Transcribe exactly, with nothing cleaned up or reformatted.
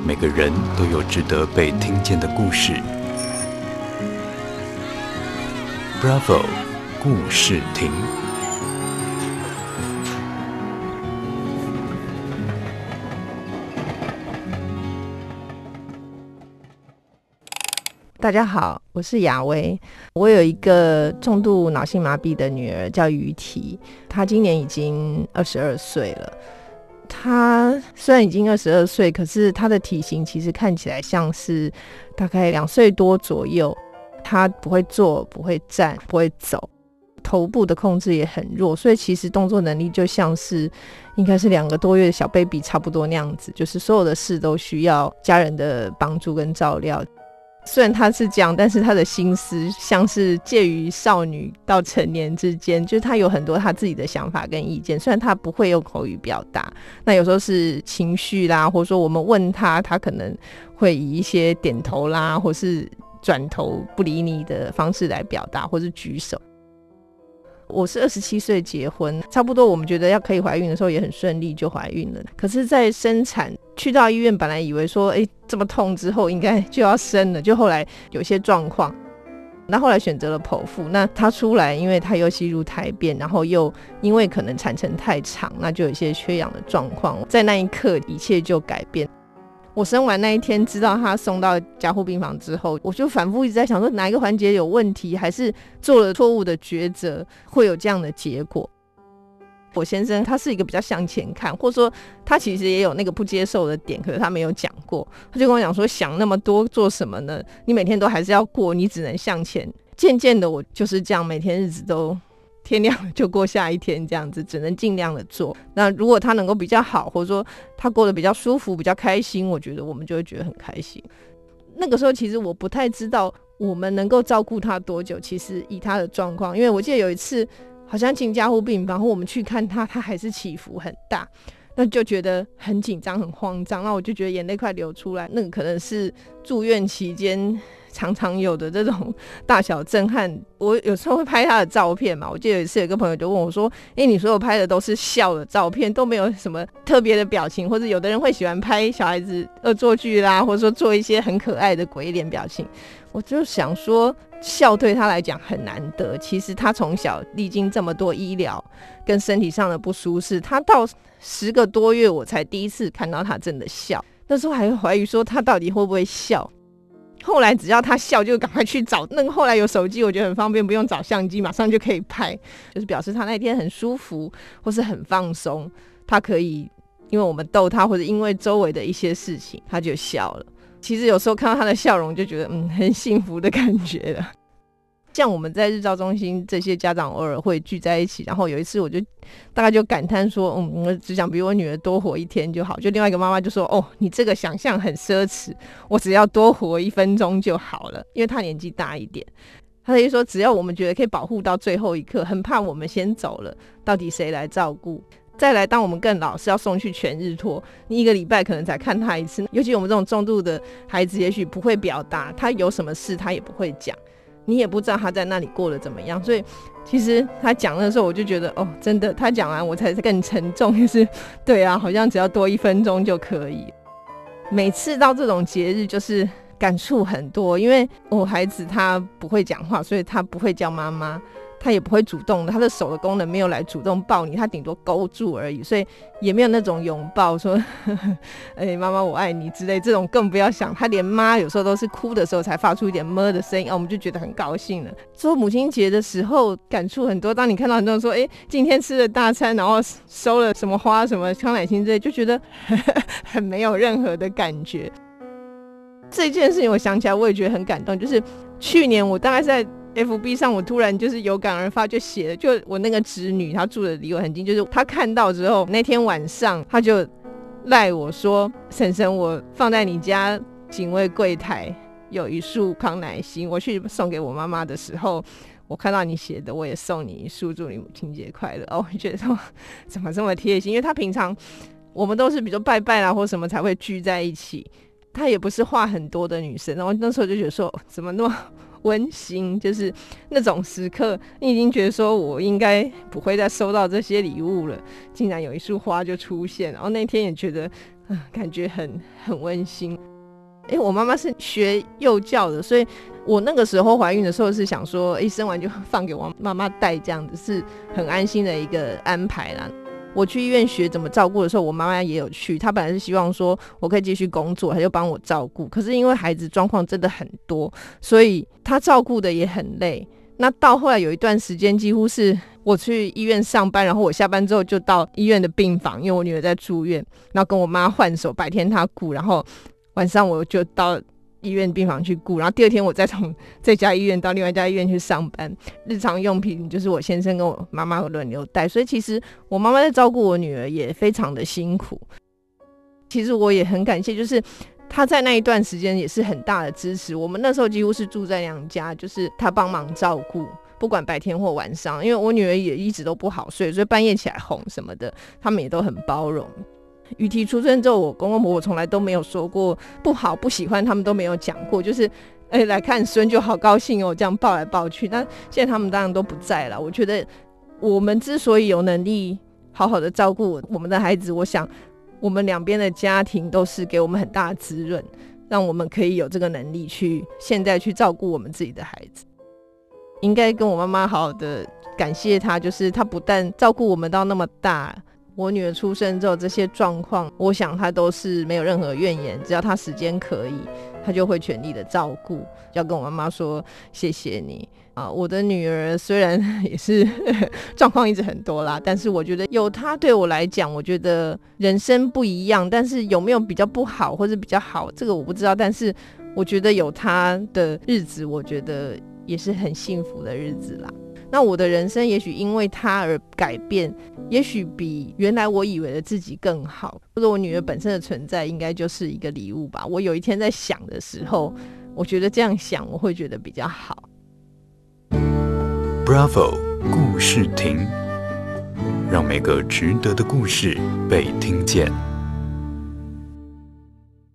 每个人都有值得被听见的故事。Bravo 故事亭。 大家好，我是雅薇。我有一个重度脑性麻痹的女儿叫于缇，她今年已经二十二岁了。她虽然已经二十二岁，可是她的体型其实看起来像是大概两岁多左右。她不会坐，不会站，不会走，头部的控制也很弱，所以其实动作能力就像是应该是两个多月的小 baby 差不多那样子，就是所有的事都需要家人的帮助跟照料。虽然他是这样，但是他的心思像是介于少女到成年之间，就是他有很多他自己的想法跟意见，虽然他不会用口语表达，那有时候是情绪啦，或者说我们问他，他可能会以一些点头啦，或是转头不理你的方式来表达，或是举手。我是二十七岁结婚，差不多我们觉得要可以怀孕的时候也很顺利就怀孕了。可是在生产去到医院，本来以为说哎这么痛之后应该就要生了，就后来有些状况，那后来选择了剖腹。那他出来因为他又吸入胎便，然后又因为可能产程太长，那就有一些缺氧的状况，在那一刻一切就改变。我生完那一天知道他送到加护病房之后，我就反复一直在想说哪一个环节有问题，还是做了错误的抉择会有这样的结果。我先生他是一个比较向前看，或者说他其实也有那个不接受的点，可是他没有讲过。他就跟我讲说想那么多做什么呢，你每天都还是要过，你只能向前。渐渐的我就是这样，每天日子都天亮了就过下一天，这样子只能尽量的做。那如果他能够比较好，或者说他过得比较舒服比较开心，我觉得我们就会觉得很开心。那个时候其实我不太知道我们能够照顾他多久，其实以他的状况，因为我记得有一次好像进加护病房，然后我们去看他，他还是起伏很大，那就觉得很紧张很慌张，那我就觉得眼泪快流出来。那个可能是住院期间常常有的这种大小震撼。我有时候会拍他的照片嘛，我记得有一次有一个朋友就问我说哎、欸，你所有拍的都是笑的照片，都没有什么特别的表情，或者有的人会喜欢拍小孩子恶作剧啦，或者说做一些很可爱的鬼脸表情。我就想说笑对他来讲很难得，其实他从小历经这么多医疗跟身体上的不舒适，他到十个多月我才第一次看到他真的笑。那时候还怀疑说他到底会不会笑，后来只要他笑就赶快去找，那个后来有手机我觉得很方便，不用找相机马上就可以拍，就是表示他那天很舒服或是很放松，他可以因为我们逗他或者因为周围的一些事情他就笑了。其实有时候看到他的笑容就觉得嗯很幸福的感觉了。像我们在日照中心这些家长偶尔会聚在一起，然后有一次我就大概就感叹说嗯，我只想比我女儿多活一天就好。就另外一个妈妈就说哦，你这个想象很奢侈，我只要多活一分钟就好了，因为她年纪大一点。她就说只要我们觉得可以保护到最后一刻，很怕我们先走了到底谁来照顾。再来当我们更老是要送去全日托，你一个礼拜可能才看他一次，尤其我们这种重度的孩子也许不会表达，他有什么事他也不会讲，你也不知道他在那里过得怎么样。所以其实他讲的时候我就觉得哦，真的他讲完我才更沉重，就是对啊，好像只要多一分钟就可以。每次到这种节日就是感触很多，因为我孩子他不会讲话，所以他不会叫妈妈，他也不会主动的，他的手的功能没有来主动抱你，他顶多勾住而已，所以也没有那种拥抱说哎、欸，妈妈我爱你之类，这种更不要想。他连妈有时候都是哭的时候才发出一点么的声音、啊、我们就觉得很高兴了。说母亲节的时候感触很多，当你看到很多人说哎、欸，今天吃了大餐，然后收了什么花什么康乃馨之类，就觉得很没有任何的感觉。这件事情我想起来我也觉得很感动，就是去年我大概在F B 上我突然就是有感而发，就写了，就我那个侄女她住的离我很近，就是她看到之后那天晚上她就赖我说婶婶我放在你家警卫柜台有一束康乃馨，我去送给我妈妈的时候我看到你写的，我也送你一束，祝你母亲节快乐。哦，我觉得说怎么这么贴心，因为她平常我们都是比如拜拜啦或什么才会聚在一起，她也不是话很多的女生，然后那时候就觉得说怎么那么温馨，就是那种时刻你已经觉得说我应该不会再收到这些礼物了，竟然有一束花就出现，然后那天也觉得嗯，感觉很很温馨。哎，我妈妈是学幼教的，所以我那个时候怀孕的时候是想说，哎，生完就放给我妈妈带，这样子是很安心的一个安排啦。我去医院学怎么照顾的时候，我妈妈也有去，她本来是希望说我可以继续工作，她就帮我照顾。可是因为孩子状况真的很多，所以她照顾的也很累。那到后来有一段时间，几乎是我去医院上班，然后我下班之后就到医院的病房，因为我女儿在住院，然后跟我妈换手，白天她顾，然后晚上我就到医院病房去顾，然后第二天我再从这家医院到另外一家医院去上班。日常用品就是我先生跟我妈妈轮流带，所以其实我妈妈在照顾我女儿也非常的辛苦。其实我也很感谢，就是她在那一段时间也是很大的支持。我们那时候几乎是住在娘家，就是她帮忙照顾，不管白天或晚上，因为我女儿也一直都不好睡，所以半夜起来哄什么的，他们也都很包容。雨提出生之后，我公公婆婆从来都没有说过不好不喜欢，他们都没有讲过，就是哎、欸、来看孙就好高兴哦，这样抱来抱去。那现在他们当然都不在了。我觉得我们之所以有能力好好的照顾我们的孩子，我想我们两边的家庭都是给我们很大的滋润，让我们可以有这个能力去现在去照顾我们自己的孩子。应该跟我妈妈好好的感谢她，就是她不但照顾我们到那么大，我女儿出生之后这些状况，我想她都是没有任何怨言，只要她时间可以，她就会全力的照顾。要跟我妈妈说谢谢你啊！我的女儿虽然也是状况一直很多啦，但是我觉得有她对我来讲，我觉得人生不一样，但是有没有比较不好或者比较好，这个我不知道，但是我觉得有她的日子，我觉得也是很幸福的日子啦。那我的人生也许因为他而改变，也许比原来我以为的自己更好，或者我女儿本身的存在应该就是一个礼物吧。我有一天在想的时候，我觉得这样想我会觉得比较好。 Bravo 故事亭，让每个值得的故事被听见。